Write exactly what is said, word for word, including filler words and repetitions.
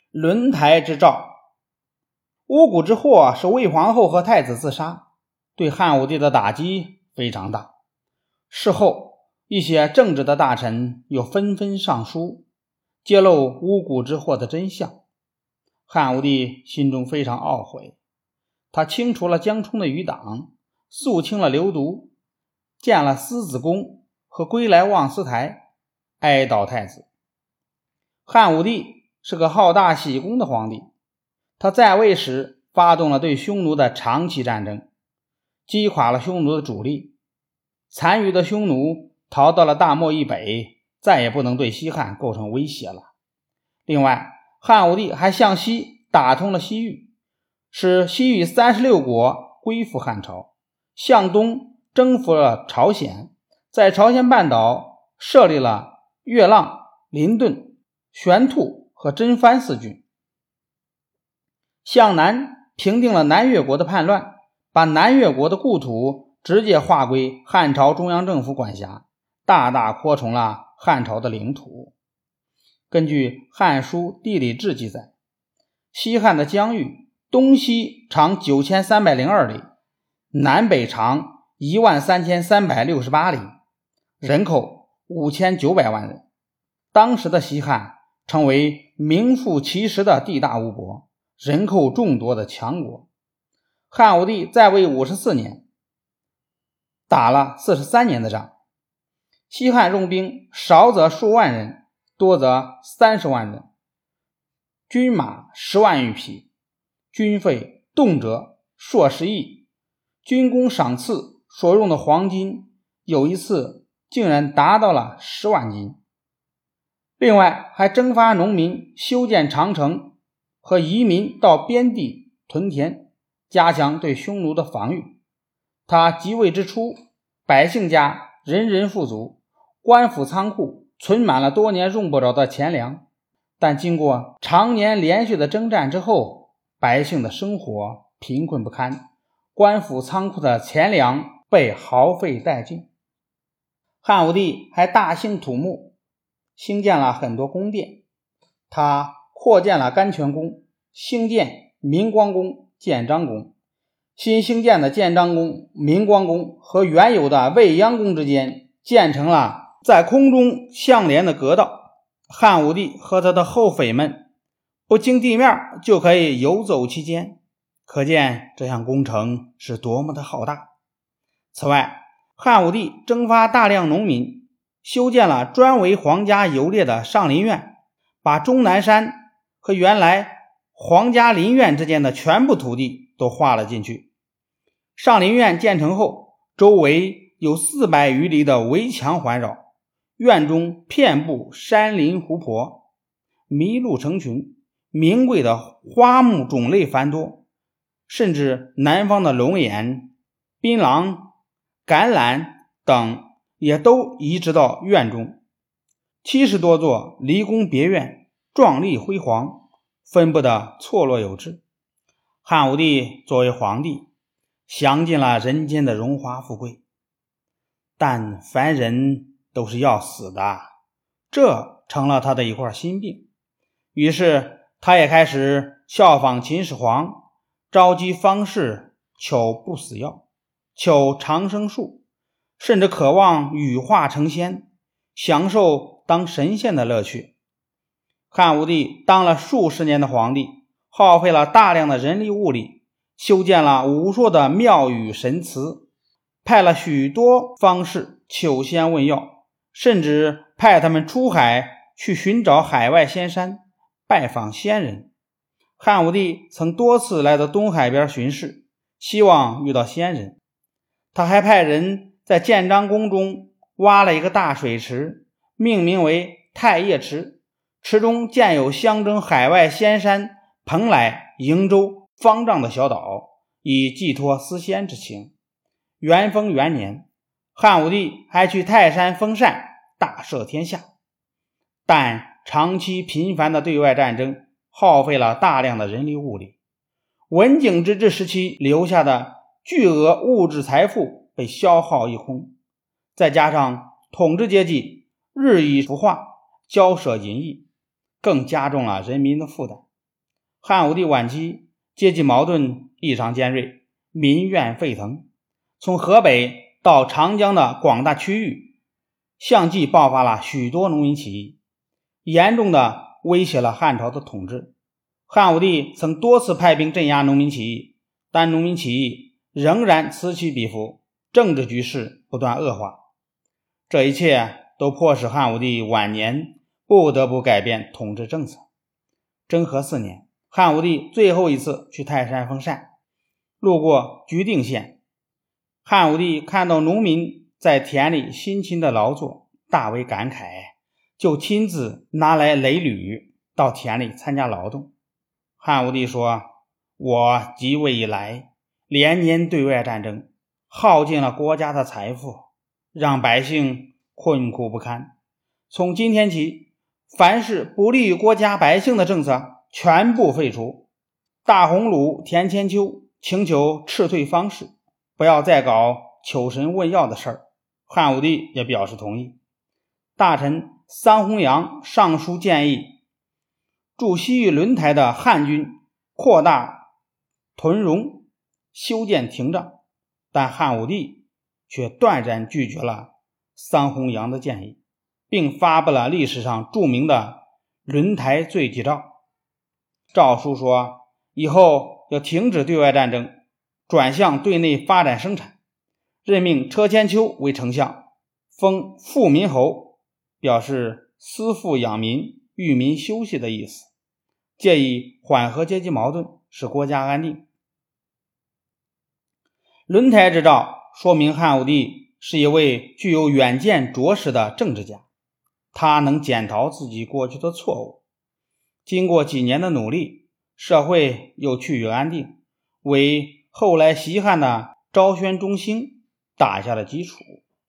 轮台之兆。巫蛊之祸使魏皇后和太子自杀，对汉武帝的打击非常大。事后一些正直的大臣又纷纷上书揭露巫蛊之祸的真相。汉武帝心中非常懊悔，他清除了江充的余党，肃清了流毒，建了思子宫和归来望思台，哀悼太子。汉武帝是个好大喜功的皇帝，他在位时发动了对匈奴的长期战争，击垮了匈奴的主力，残余的匈奴逃到了大漠以北，再也不能对西汉构成威胁了。另外，汉武帝还向西打通了西域，使西域三十六国归附汉朝，向东征服了朝鲜，在朝鲜半岛设立了月浪、临顿、玄兔和真番四郡，向南平定了南越国的叛乱，把南越国的故土直接划归汉朝中央政府管辖，大大扩充了汉朝的领土。根据《汉书地理志》记载，西汉的疆域东西长九千三百零二里，南北长一万三千三百六十八里，人口五千九百万人。当时的西汉成为名副其实的地大物博、人口众多的强国。汉武帝在位五十四年，打了四十三年的仗。西汉用兵少则数万人，多则三十万人，军马十万余匹，军费动辄数十亿，军功赏赐所用的黄金有一次竟然达到了十万斤。另外还征发农民修建长城和移民到边地屯田，加强对匈奴的防御。他即位之初，百姓家人人富足，官府仓库存满了多年用不着的钱粮，但经过常年连续的征战之后，百姓的生活贫困不堪，官府仓库的钱粮被耗费殆尽。汉武帝还大兴土木，兴建了很多宫殿，他扩建了甘泉宫，兴建明光宫、建章宫。新兴建的建章宫、明光宫和原有的未央宫之间建成了在空中相连的阁道，汉武帝和他的后妃们不经地面就可以游走其间，可见这项工程是多么的浩大。此外，汉武帝征发大量农民，修建了专为皇家游猎的上林苑，把终南山和原来皇家林苑之间的全部土地都划了进去。上林苑建成后，周围有四百余里的围墙环绕，院中遍布山林湖泊，麋鹿成群，名贵的花木种类繁多，甚至南方的龙眼、槟榔、橄榄等也都移植到院中。七十多座离宫别院壮丽辉煌，分布得错落有致。汉武帝作为皇帝，享尽了人间的荣华富贵，但凡人都是要死的，这成了他的一块心病。于是他也开始效仿秦始皇，召集方士求不死药，求长生术，甚至渴望羽化成仙，享受当神仙的乐趣。汉武帝当了数十年的皇帝，耗费了大量的人力物力，修建了无数的庙宇神祠，派了许多方士求仙问药，甚至派他们出海去寻找海外仙山，拜访仙人。汉武帝曾多次来到东海边巡视，希望遇到仙人。他还派人在建章宫中挖了一个大水池，命名为太液池，池中建有象征海外仙山蓬莱、瀛洲、方丈的小岛，以寄托思仙之情。元丰元年，汉武帝还去泰山封禅，大赦天下。但长期频繁的对外战争耗费了大量的人力物力，文景之治时期留下的巨额物质财富被消耗一空，再加上统治阶级日益腐化，骄奢淫逸，更加重了人民的负担。 汉武帝晚期阶级矛盾异常尖锐，民怨沸腾，从河北到长江的广大区域相继爆发了许多农民起义，严重的威胁了汉朝的统治。汉武帝曾多次派兵镇压农民起义，但农民起义仍然此起彼伏，政治局势不断恶化。这一切都迫使汉武帝晚年不得不改变统治政策。征和四年，汉武帝最后一次去泰山封禅，路过居定县，汉武帝看到农民在田里辛勤的劳作，大为感慨，就亲自拿来累履到田里参加劳动。汉武帝说，我即位以来，连年对外战争，耗尽了国家的财富，让百姓困苦不堪。从今天起，凡是不利于国家百姓的政策全部废除。大鸿胪、田千秋请求撤退方士，不要再搞求神问药的事儿。汉武帝也表示同意。大臣桑弘羊上书建议驻西域轮台的汉军扩大屯戎，修建亭障，但汉武帝却断然拒绝了桑弘羊的建议，并发布了历史上著名的轮台罪己诏。诏书说，以后要停止对外战争，转向对内发展生产，任命车千秋为丞相，封富民侯，表示私富养民，育民休息的意思，借以缓和阶级矛盾，使国家安定。轮台之诏说明汉武帝是一位具有远见卓识的政治家，他能检讨自己过去的错误。经过几年的努力，社会又趋于安定，为后来西汉的昭宣中兴打下了基础。